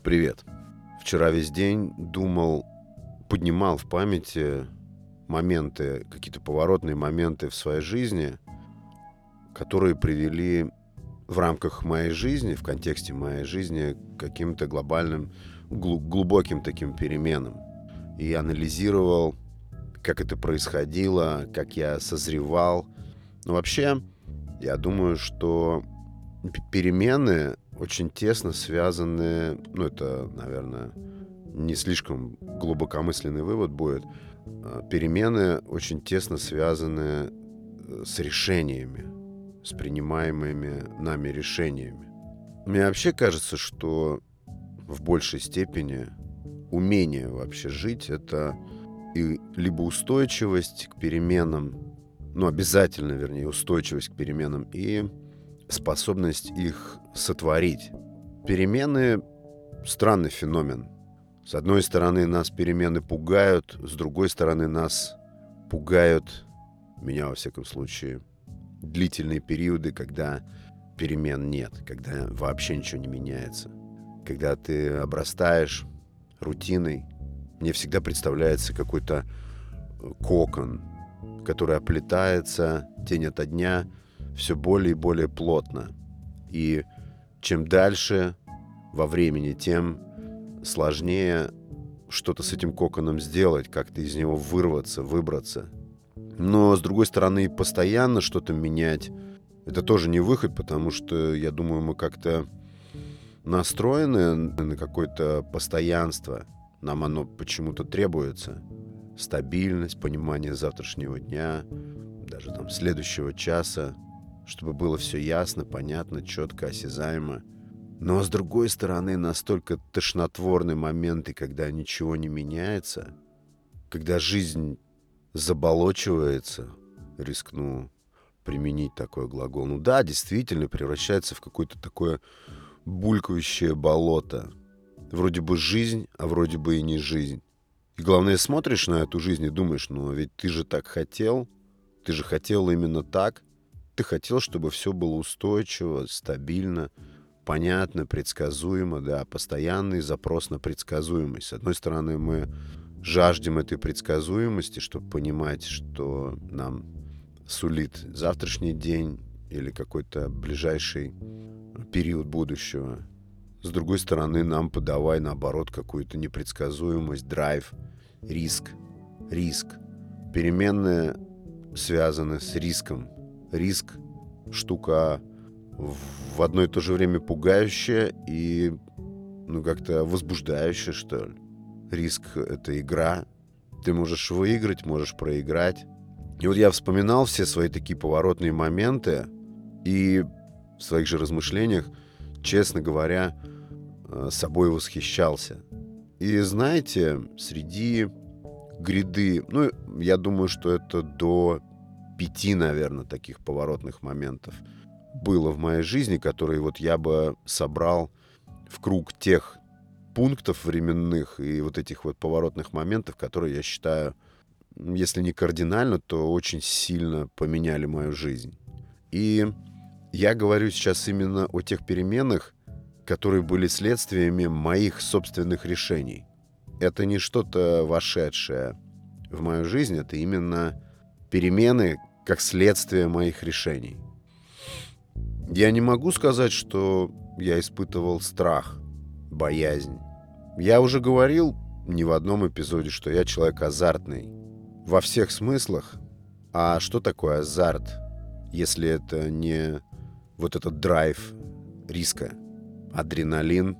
Привет. Вчера весь день думал, поднимал в памяти моменты, какие-то поворотные моменты в своей жизни, которые привели в рамках моей жизни, в контексте моей жизни, к каким-то глобальным, глубоким таким переменам. И анализировал, как это происходило, как я созревал. Но вообще, я думаю, что перемены очень тесно связаны, это, наверное, не слишком глубокомысленный вывод будет. Перемены очень тесно связаны с решениями, с принимаемыми нами решениями. Мне вообще кажется, что в большей степени умение вообще жить — это и либо устойчивость к переменам, обязательно, вернее, устойчивость к переменам и способность их сотворить. Перемены — странный феномен. С одной стороны, нас перемены пугают, с другой стороны, нас пугают, меня во всяком случае, длительные периоды, когда перемен нет, когда вообще ничего не меняется. Когда ты обрастаешь рутиной, мне всегда представляется какой-то кокон, который оплетается день ото дня все более и более плотно. И чем дальше во времени, тем сложнее что-то с этим коконом сделать, как-то из него выбраться. Но, с другой стороны, постоянно что-то менять — это тоже не выход, потому что, я думаю, мы как-то настроены на какое-то постоянство. Нам оно почему-то требуется. Стабильность, понимание завтрашнего дня, даже там следующего часа, чтобы было все ясно, понятно, четко, осязаемо. Но, с другой стороны, настолько тошнотворны моменты, когда ничего не меняется, когда жизнь заболочивается, рискну применить такой глагол. Да, действительно, превращается в какое-то такое булькающее болото. Вроде бы жизнь, а вроде бы и не жизнь. И главное, смотришь на эту жизнь и думаешь, ведь ты же так хотел, ты же хотел именно так. Ты хотел, чтобы все было устойчиво, стабильно, понятно, предсказуемо, да, постоянный запрос на предсказуемость. С одной стороны, мы жаждем этой предсказуемости, чтобы понимать, что нам сулит завтрашний день или какой-то ближайший период будущего. С другой стороны, нам подавай, наоборот, какую-то непредсказуемость, драйв, риск. Переменные связаны с риском. Риск — штука в одно и то же время пугающая и, как-то возбуждающая, что ли. Риск — это игра. Ты можешь выиграть, можешь проиграть. И вот я вспоминал все свои такие поворотные моменты и в своих же размышлениях, честно говоря, собой восхищался. И знаете, среди гряды, я думаю, что это до 5, наверное, таких поворотных моментов было в моей жизни, которые вот я бы собрал в круг тех пунктов временных и вот этих вот поворотных моментов, которые, я считаю, если не кардинально, то очень сильно поменяли мою жизнь. И я говорю сейчас именно о тех переменах, которые были следствиями моих собственных решений. Это не что-то вошедшее в мою жизнь, это именно перемены как следствие моих решений. Я не могу сказать, что я испытывал страх, боязнь. Я уже говорил не в одном эпизоде, что я человек азартный. Во всех смыслах. А что такое азарт, если это не вот этот драйв риска, адреналин?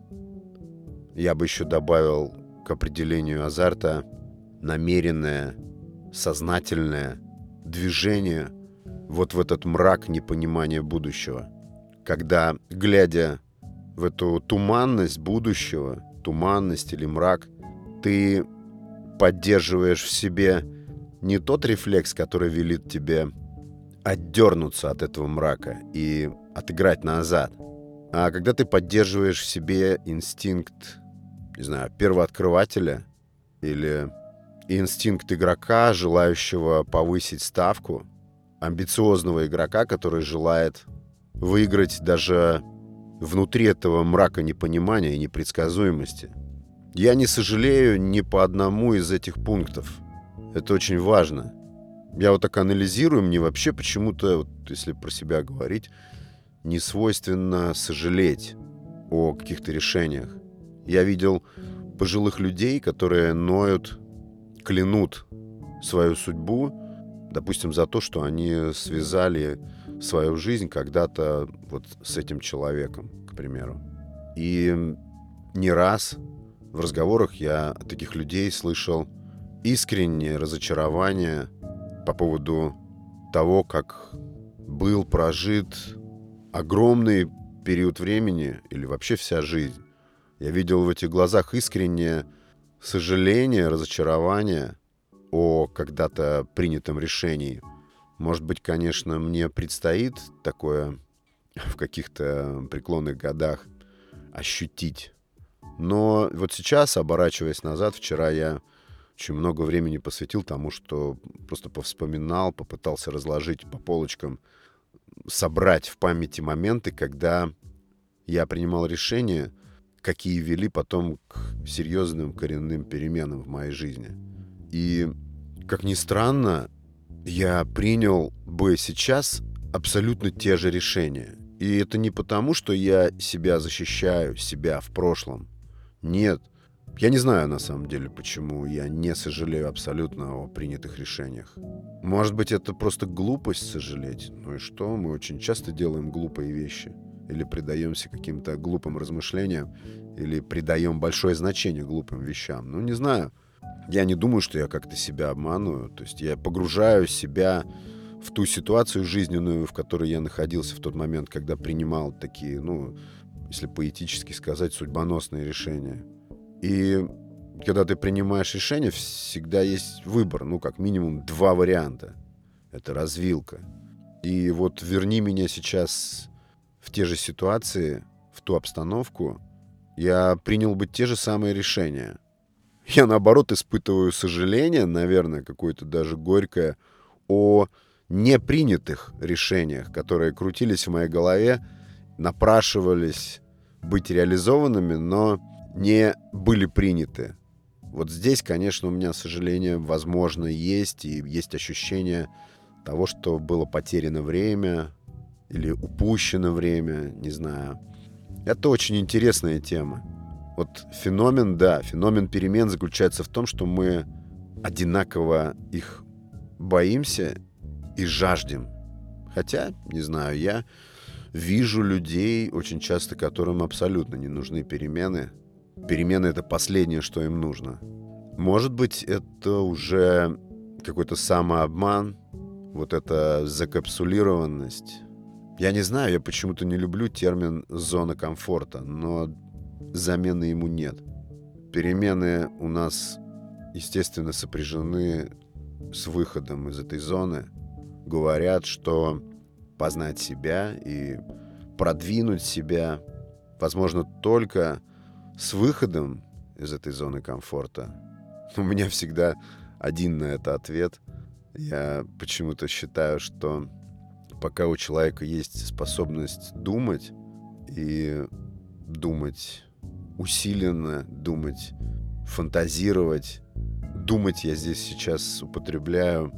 Я бы еще добавил к определению азарта намеренное, сознательное движение вот в этот мрак непонимания будущего. Когда, глядя в эту туманность будущего, туманность или мрак, ты поддерживаешь в себе не тот рефлекс, который велит тебе отдернуться от этого мрака и отыграть назад, а когда ты поддерживаешь в себе инстинкт, не знаю, первооткрывателя или инстинкт игрока, желающего повысить ставку, амбициозного игрока, который желает выиграть даже внутри этого мрака непонимания и непредсказуемости. Я не сожалею ни по одному из этих пунктов. Это очень важно. Я вот так анализирую, мне вообще почему-то, вот если про себя говорить, не свойственно сожалеть о каких-то решениях. Я видел пожилых людей, которые ноют, клянут свою судьбу, допустим, за то, что они связали свою жизнь когда-то вот с этим человеком, к примеру. И не раз в разговорах я от таких людей слышал искреннее разочарование по поводу того, как был прожит огромный период времени или вообще вся жизнь. Я видел в этих глазах искреннее сожаление, разочарование о когда-то принятом решении. Может быть, конечно, мне предстоит такое в каких-то преклонных годах ощутить. Но вот сейчас, оборачиваясь назад, вчера я очень много времени посвятил тому, что просто повспоминал, попытался разложить по полочкам, собрать в памяти моменты, когда я принимал решения, какие вели потом к серьезным коренным переменам в моей жизни. И, как ни странно, я принял бы сейчас абсолютно те же решения. И это не потому, что я себя защищаю, себя в прошлом. Нет. Я не знаю, на самом деле, почему я не сожалею абсолютно о принятых решениях. Может быть, это просто глупость сожалеть. Ну и что? Мы очень часто делаем глупые вещи. Или предаемся каким-то глупым размышлениям, или придаем большое значение глупым вещам. Ну, не знаю. Я не думаю, что я как-то себя обманываю. То есть я погружаю себя в ту ситуацию жизненную, в которой я находился в тот момент, когда принимал такие, ну, если поэтически сказать, судьбоносные решения. И когда ты принимаешь решение, всегда есть выбор, ну, как минимум 2 варианта. Это развилка. И вот верни меня сейчас в те же ситуации, в ту обстановку, я принял бы те же самые решения. Я, наоборот, испытываю сожаление, наверное, какое-то даже горькое, о непринятых решениях, которые крутились в моей голове, напрашивались быть реализованными, но не были приняты. Вот здесь, конечно, у меня сожаление, возможно, есть, и есть ощущение того, что было потеряно время или упущено время, не знаю. Это очень интересная тема. Вот феномен, да, феномен перемен заключается в том, что мы одинаково их боимся и жаждем. Хотя, не знаю, я вижу людей очень часто, которым абсолютно не нужны перемены. Перемены — это последнее, что им нужно. Может быть, это уже какой-то самообман, вот эта закапсулированность. Я не знаю, я почему-то не люблю термин «зона комфорта», но замены ему нет. Перемены у нас, естественно, сопряжены с выходом из этой зоны. Говорят, что познать себя и продвинуть себя возможно только с выходом из этой зоны комфорта. У меня всегда один на это ответ. Я почему-то считаю, что пока у человека есть способность думать, и думать усиленно, думать, фантазировать, думать я здесь сейчас употребляю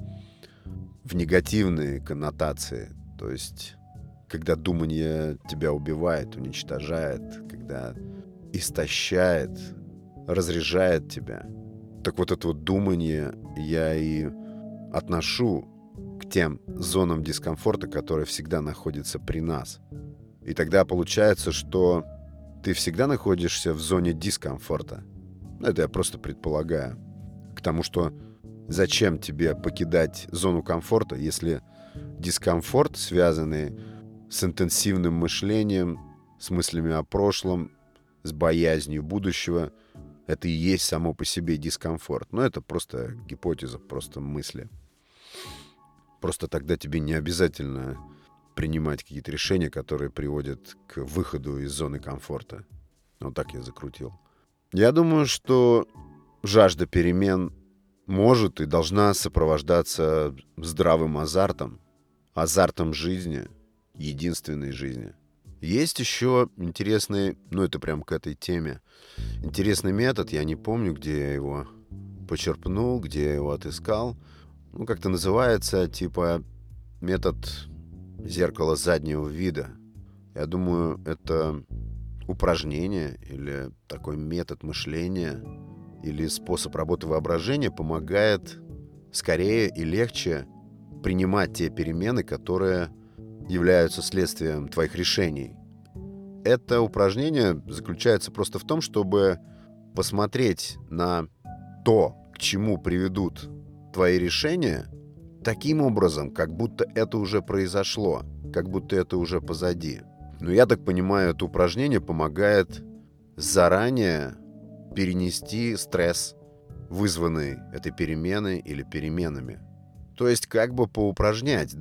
в негативные коннотации. То есть, когда думание тебя убивает, уничтожает, когда истощает, разряжает тебя. Так вот это вот думание я и отношу к тем зонам дискомфорта, которые всегда находятся при нас. И тогда получается, что ты всегда находишься в зоне дискомфорта. Это я просто предполагаю. К тому, что зачем тебе покидать зону комфорта, если дискомфорт, связанный с интенсивным мышлением, с мыслями о прошлом, с боязнью будущего, это и есть само по себе дискомфорт. Но это просто гипотеза, просто мысли. Просто тогда тебе не обязательно принимать какие-то решения, которые приводят к выходу из зоны комфорта. Вот так я закрутил. Я думаю, что жажда перемен может и должна сопровождаться здравым азартом жизни, единственной жизни. Есть еще интересный, ну это прям к этой теме, интересный метод, я не помню, где я его почерпнул, где я его отыскал. Ну, как-то называется, типа, метод зеркала заднего вида. Я думаю, это упражнение или такой метод мышления или способ работы воображения помогает скорее и легче принимать те перемены, которые являются следствием твоих решений. Это упражнение заключается просто в том, чтобы посмотреть на то, к чему приведут твои решения, таким образом, как будто это уже произошло, как будто это уже позади. Но я так понимаю, это упражнение помогает заранее перенести стресс, вызванный этой переменой или переменами. То есть как бы поупражнять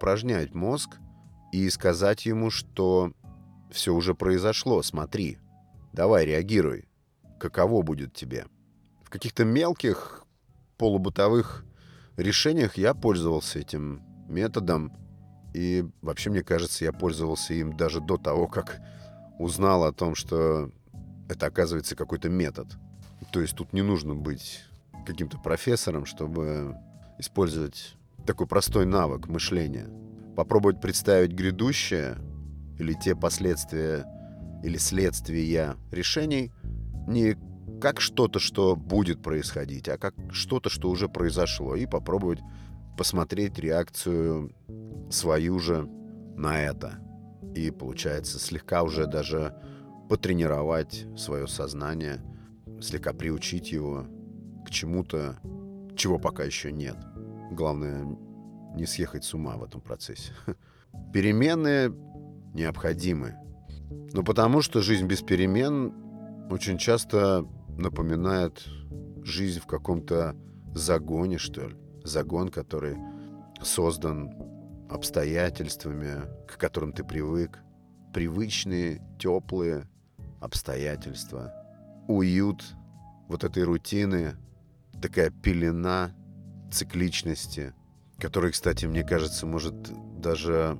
мозг и сказать ему, что все уже произошло, смотри, давай, реагируй, каково будет тебе. В каких-то мелких полубытовых решениях я пользовался этим методом, и вообще, мне кажется, я пользовался им даже до того, как узнал о том, что это, оказывается, какой-то метод. То есть тут не нужно быть каким-то профессором, чтобы использовать такой простой навык мышления. Попробовать представить грядущее или те последствия или следствия решений не как что-то, что будет происходить, а как что-то, что уже произошло, и попробовать посмотреть реакцию свою же на это. И, получается, слегка уже даже потренировать свое сознание, слегка приучить его к чему-то, чего пока еще нет. Главное, не съехать с ума в этом процессе. Перемены необходимы. Но потому что жизнь без перемен очень часто напоминает жизнь в каком-то загоне, что ли. Загон, который создан обстоятельствами, к которым ты привык. Привычные, теплые обстоятельства. Уют вот этой рутины, такая пелена цикличности, которая, кстати, мне кажется, может даже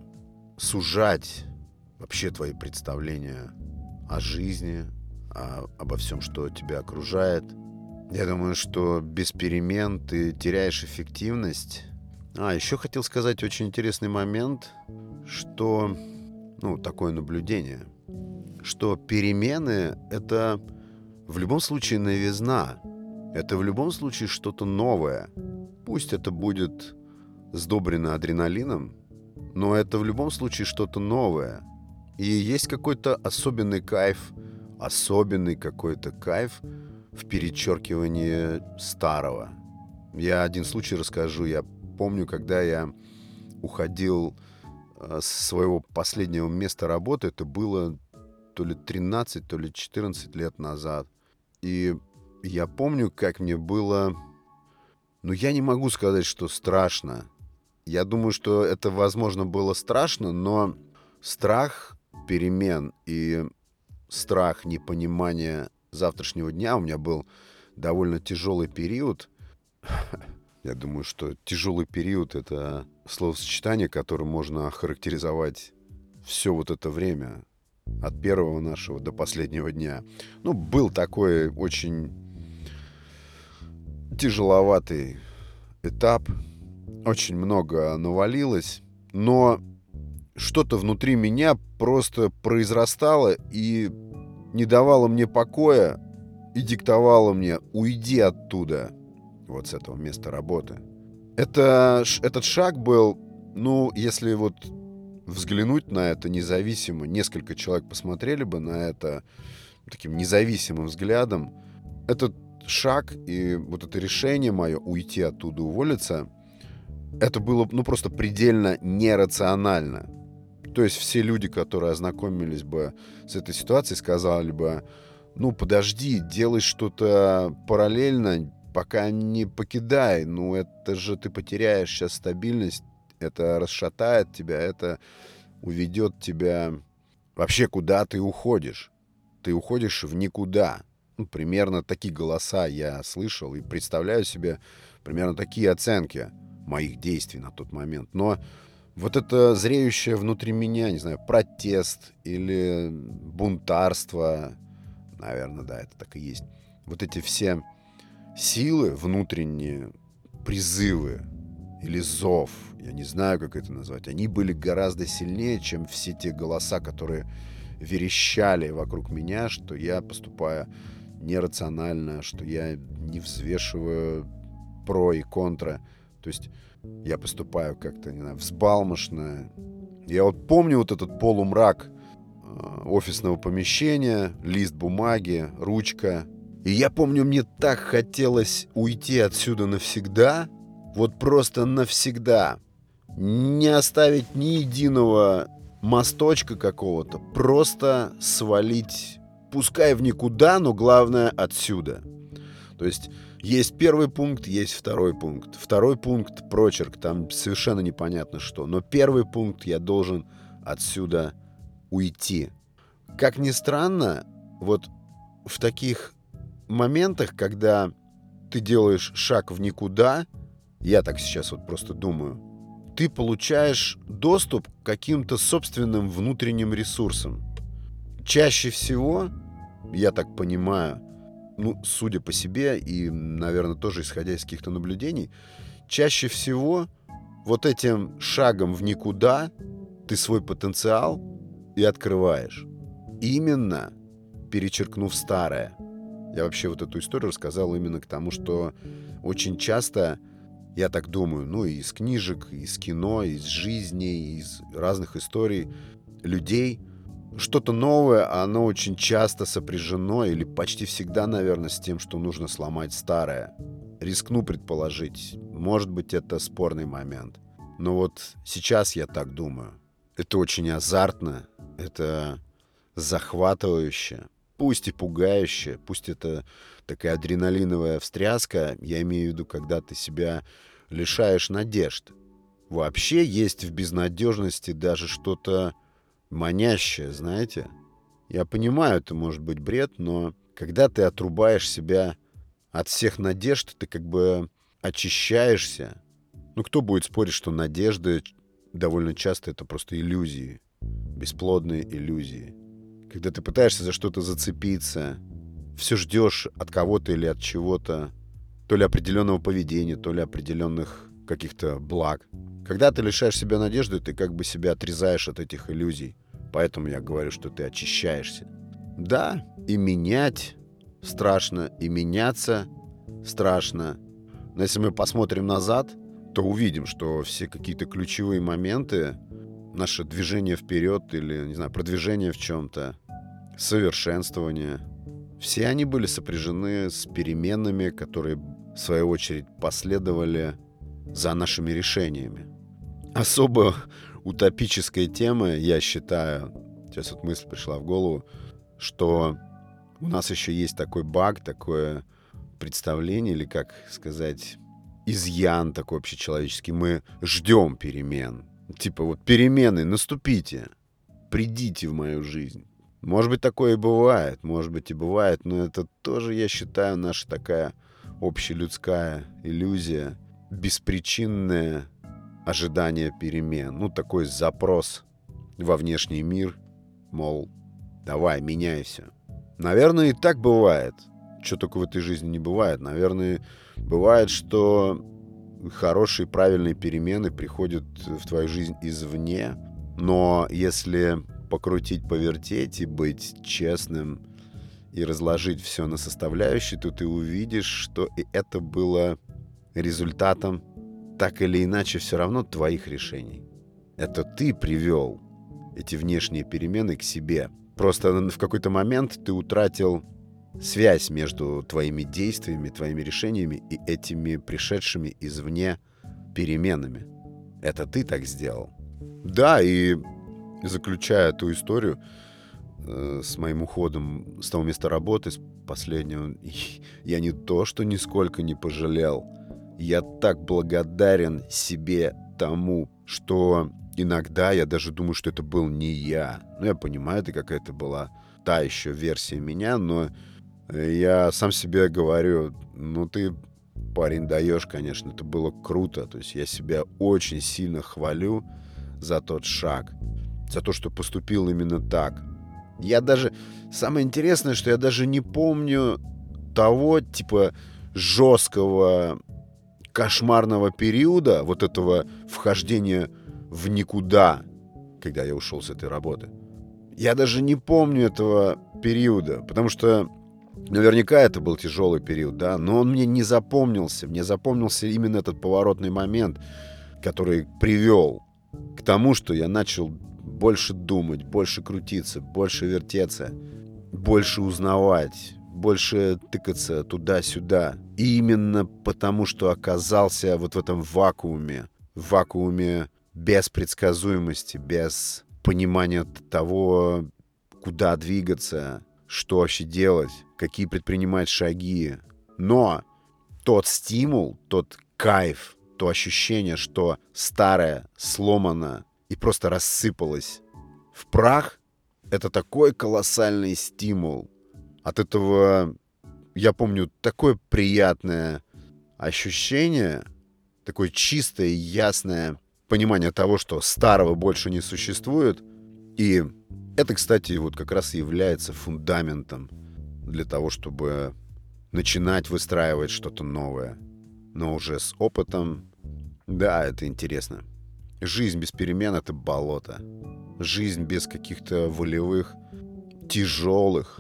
сужать вообще твои представления о жизни, обо всем, что тебя окружает. Я думаю, что без перемен ты теряешь эффективность. Еще хотел сказать очень интересный момент, что, такое наблюдение, что перемены — это в любом случае новизна. Это в любом случае что-то новое. Пусть это будет сдобрено адреналином, но это в любом случае что-то новое. И есть какой-то особенный какой-то кайф в перечеркивании старого. Я один случай расскажу. Я помню, когда я уходил с своего последнего места работы, это было то ли 13, то ли 14 лет назад. И я помню, как мне было... я не могу сказать, что страшно. Я думаю, что это, возможно, было страшно, но страх перемен и страх непонимания завтрашнего дня, у меня был довольно тяжелый период. Я думаю, что тяжелый период — это словосочетание, которым можно охарактеризовать все вот это время, от первого нашего до последнего дня. Был такой очень тяжеловатый этап, очень много навалилось, но что-то внутри меня просто произрастало и не давало мне покоя и диктовало мне: уйди оттуда, вот с этого места работы. Этот шаг был, если вот взглянуть на это независимо, несколько человек посмотрели бы на это таким независимым взглядом, этот шаг и вот это решение мое уйти оттуда, уволиться, это было просто предельно нерационально. То есть все люди, которые ознакомились бы с этой ситуацией, сказали бы: подожди, делай что-то параллельно, пока не покидай. Это же ты потеряешь сейчас стабильность, это расшатает тебя, это уведет тебя вообще, куда ты уходишь. Ты уходишь в никуда. Примерно такие голоса я слышал и представляю себе примерно такие оценки моих действий на тот момент. Но Вот это зреющее внутри меня, не знаю, протест или бунтарство, наверное, да, это так и есть. Вот эти все силы внутренние, призывы или зов, я не знаю, как это назвать, они были гораздо сильнее, чем все те голоса, которые верещали вокруг меня, что я поступаю нерационально, что я не взвешиваю про и контра. То есть я поступаю как-то, не знаю, взбалмошно. Я вот помню вот этот полумрак офисного помещения, лист бумаги, ручка. И я помню, мне так хотелось уйти отсюда навсегда, вот просто навсегда. Не оставить ни единого мосточка какого-то, просто свалить, пускай в никуда, но главное отсюда. То есть первый пункт, есть второй пункт. Второй пункт — прочерк, там совершенно непонятно что. Но первый пункт — я должен отсюда уйти. Как ни странно, вот в таких моментах, когда ты делаешь шаг в никуда, я так сейчас вот просто думаю, ты получаешь доступ к каким-то собственным внутренним ресурсам. Чаще всего, я так понимаю, ну, судя по себе и, наверное, тоже исходя из каких-то наблюдений, чаще всего вот этим шагом в никуда ты свой потенциал и открываешь. Именно перечеркнув старое. Я вообще вот эту историю рассказал именно к тому, что очень часто, я так думаю, ну, и из книжек, из кино, из жизни, из разных историй людей, что-то новое, оно очень часто сопряжено, или почти всегда, наверное, с тем, что нужно сломать старое. Рискну предположить, может быть, это спорный момент. Но вот сейчас я так думаю. Это очень азартно, это захватывающе, пусть и пугающе, пусть это такая адреналиновая встряска, я имею в виду, когда ты себя лишаешь надежд. Вообще есть в безнадежности даже что-то манящее, знаете. Я понимаю, это может быть бред, но когда ты отрубаешь себя от всех надежд, ты как бы очищаешься. Ну, кто будет спорить, что надежды довольно часто это просто иллюзии, бесплодные иллюзии. Когда ты пытаешься за что-то зацепиться, все ждешь от кого-то или от чего-то, то ли определенного поведения, то ли определенных каких-то благ. Когда ты лишаешь себя надежды, ты как бы себя отрезаешь от этих иллюзий. Поэтому я говорю, что ты очищаешься. Да, и менять страшно, и меняться страшно. Но если мы посмотрим назад, то увидим, что все какие-то ключевые моменты, наше движение вперед или, не знаю, продвижение в чем-то, совершенствование, все они были сопряжены с переменами, которые, в свою очередь, последовали за нашими решениями. Особо утопическая тема, я считаю, сейчас вот мысль пришла в голову, что у нас еще есть такой баг, такое представление, или, как сказать, изъян такой общечеловеческий. Мы ждем перемен. Типа вот перемены, наступите, придите в мою жизнь. Может быть, такое и бывает, может быть, и бывает, но это тоже, я считаю, наша такая общелюдская иллюзия, беспричинное ожидание перемен. Ну, такой запрос во внешний мир, мол, давай, меняй все. Наверное, и так бывает. Что только в этой жизни не бывает. Наверное, бывает, что хорошие, правильные перемены приходят в твою жизнь извне. Но если покрутить, повертеть и быть честным и разложить все на составляющие, то ты увидишь, что и это было результатом так или иначе все равно твоих решений. Это ты привел эти внешние перемены к себе. Просто в какой-то момент ты утратил связь между твоими действиями, твоими решениями и этими пришедшими извне переменами. Это ты так сделал. Да, и заключая эту историю с моим уходом с того места работы, с последнего, я не то, что нисколько не пожалел. Я так благодарен себе тому, что иногда я даже думаю, что это был не я. Ну, я понимаю, это какая-то была та еще версия меня, но я сам себе говорю, ну ты, парень, даешь, конечно, это было круто. То есть я себя очень сильно хвалю за тот шаг, за то, что поступил именно так. Самое интересное, что я даже не помню того, типа, жесткого, кошмарного периода, вот этого вхождения в никуда, когда я ушел с этой работы. Я даже не помню этого периода, потому что наверняка это был тяжелый период, да, но он мне не запомнился. Мне запомнился именно этот поворотный момент, который привел к тому, что я начал больше думать, больше крутиться, больше вертеться, больше узнавать, больше тыкаться туда-сюда. И именно потому, что оказался вот в этом вакууме без предсказуемости, без понимания того, куда двигаться, что вообще делать, какие предпринимать шаги. Но тот стимул, тот кайф, то ощущение, что старое сломано и просто рассыпалось в прах, это такой колоссальный стимул. От этого, я помню, такое приятное ощущение, такое чистое, ясное понимание того, что старого больше не существует. И это, кстати, вот как раз и является фундаментом для того, чтобы начинать выстраивать что-то новое. Но уже с опытом. Да, это интересно. Жизнь без перемен — это болото. Жизнь без каких-то волевых, тяжелых,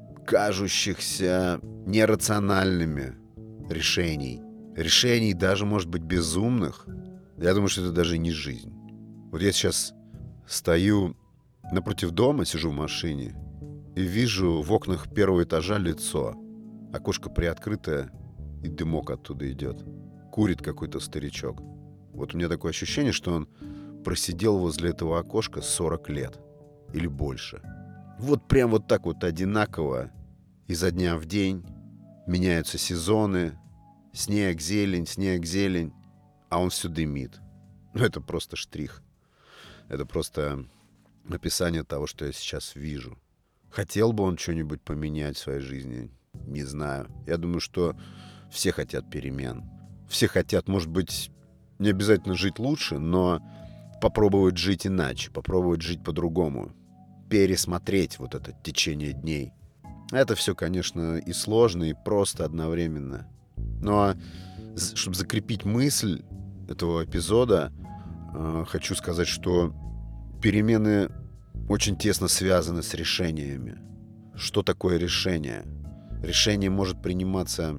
кажущихся нерациональными решений. Решений даже, может быть, безумных. Я думаю, что это даже не жизнь. Вот я сейчас стою напротив дома, сижу в машине и вижу в окнах первого этажа лицо. Окошко приоткрытое, и дымок оттуда идет. Курит какой-то старичок. Вот у меня такое ощущение, что он просидел возле этого окошка 40 лет. Или больше. Вот прям вот так вот одинаково изо дня в день меняются сезоны. Снег, зелень. А он все дымит. Ну, это просто штрих. Это просто описание того, что я сейчас вижу. Хотел бы он что-нибудь поменять в своей жизни? Не знаю. Я думаю, что все хотят перемен. Все хотят, может быть, не обязательно жить лучше, но попробовать жить иначе, попробовать жить по-другому. Пересмотреть вот это течение дней. Это все, конечно, и сложно, и просто одновременно. Но чтобы закрепить мысль этого эпизода, хочу сказать, что перемены очень тесно связаны с решениями. Что такое решение? Решение может приниматься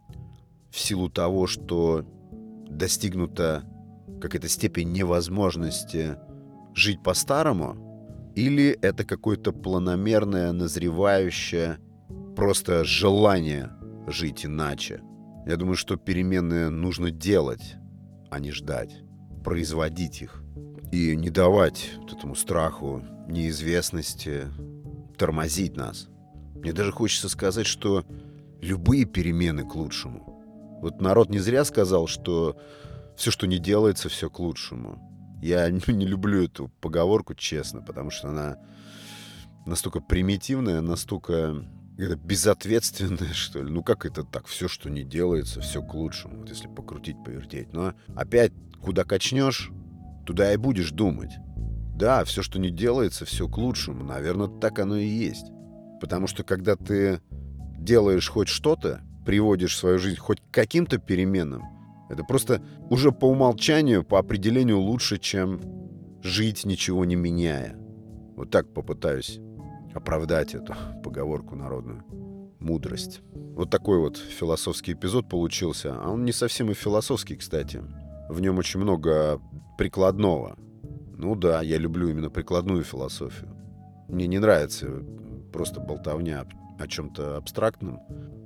в силу того, что достигнута какая-то степень невозможности жить по-старому, или это какое-то планомерное, назревающее просто желание жить иначе. Я думаю, что перемены нужно делать, а не ждать, производить их. И не давать вот этому страху, неизвестности тормозить нас. Мне даже хочется сказать, что любые перемены к лучшему. Вот народ не зря сказал, что все, что не делается, все к лучшему. Я не люблю эту поговорку, честно, потому что она настолько примитивная, настолько безответственная, что ли. Ну как это так? Все, что не делается, все к лучшему. Вот если покрутить, повертеть. Но опять, куда качнешь, туда и будешь думать. Да, все, что не делается, все к лучшему. Наверное, так оно и есть. Потому что когда ты делаешь хоть что-то, приводишь свою жизнь хоть к каким-то переменам, это просто уже по умолчанию, по определению лучше, чем жить, ничего не меняя. Вот так попытаюсь оправдать эту поговорку народную. Мудрость. Вот такой вот философский эпизод получился. А он не совсем и философский, кстати. В нем очень много прикладного. Ну да, я люблю именно прикладную философию. Мне не нравится просто болтовня о чем-то абстрактном,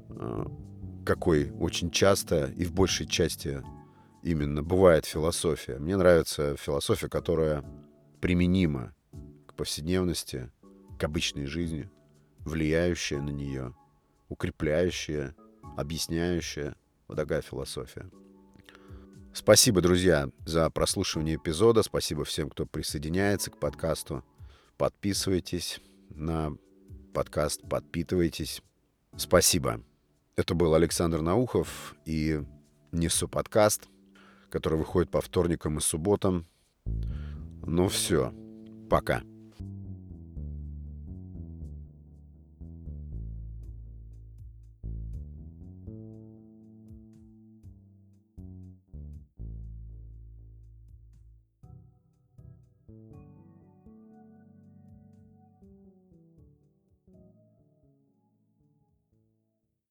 какой очень часто и в большей части именно бывает философия. Мне нравится философия, которая применима к повседневности, к обычной жизни, влияющая на нее, укрепляющая, объясняющая. Вот такая философия. Спасибо, друзья, за прослушивание эпизода. Спасибо всем, кто присоединяется к подкасту. Подписывайтесь на подкаст, подпитывайтесь. Спасибо. Это был Александр Наухов и «Несу подкаст», который выходит по вторникам и субботам. Ну все, пока.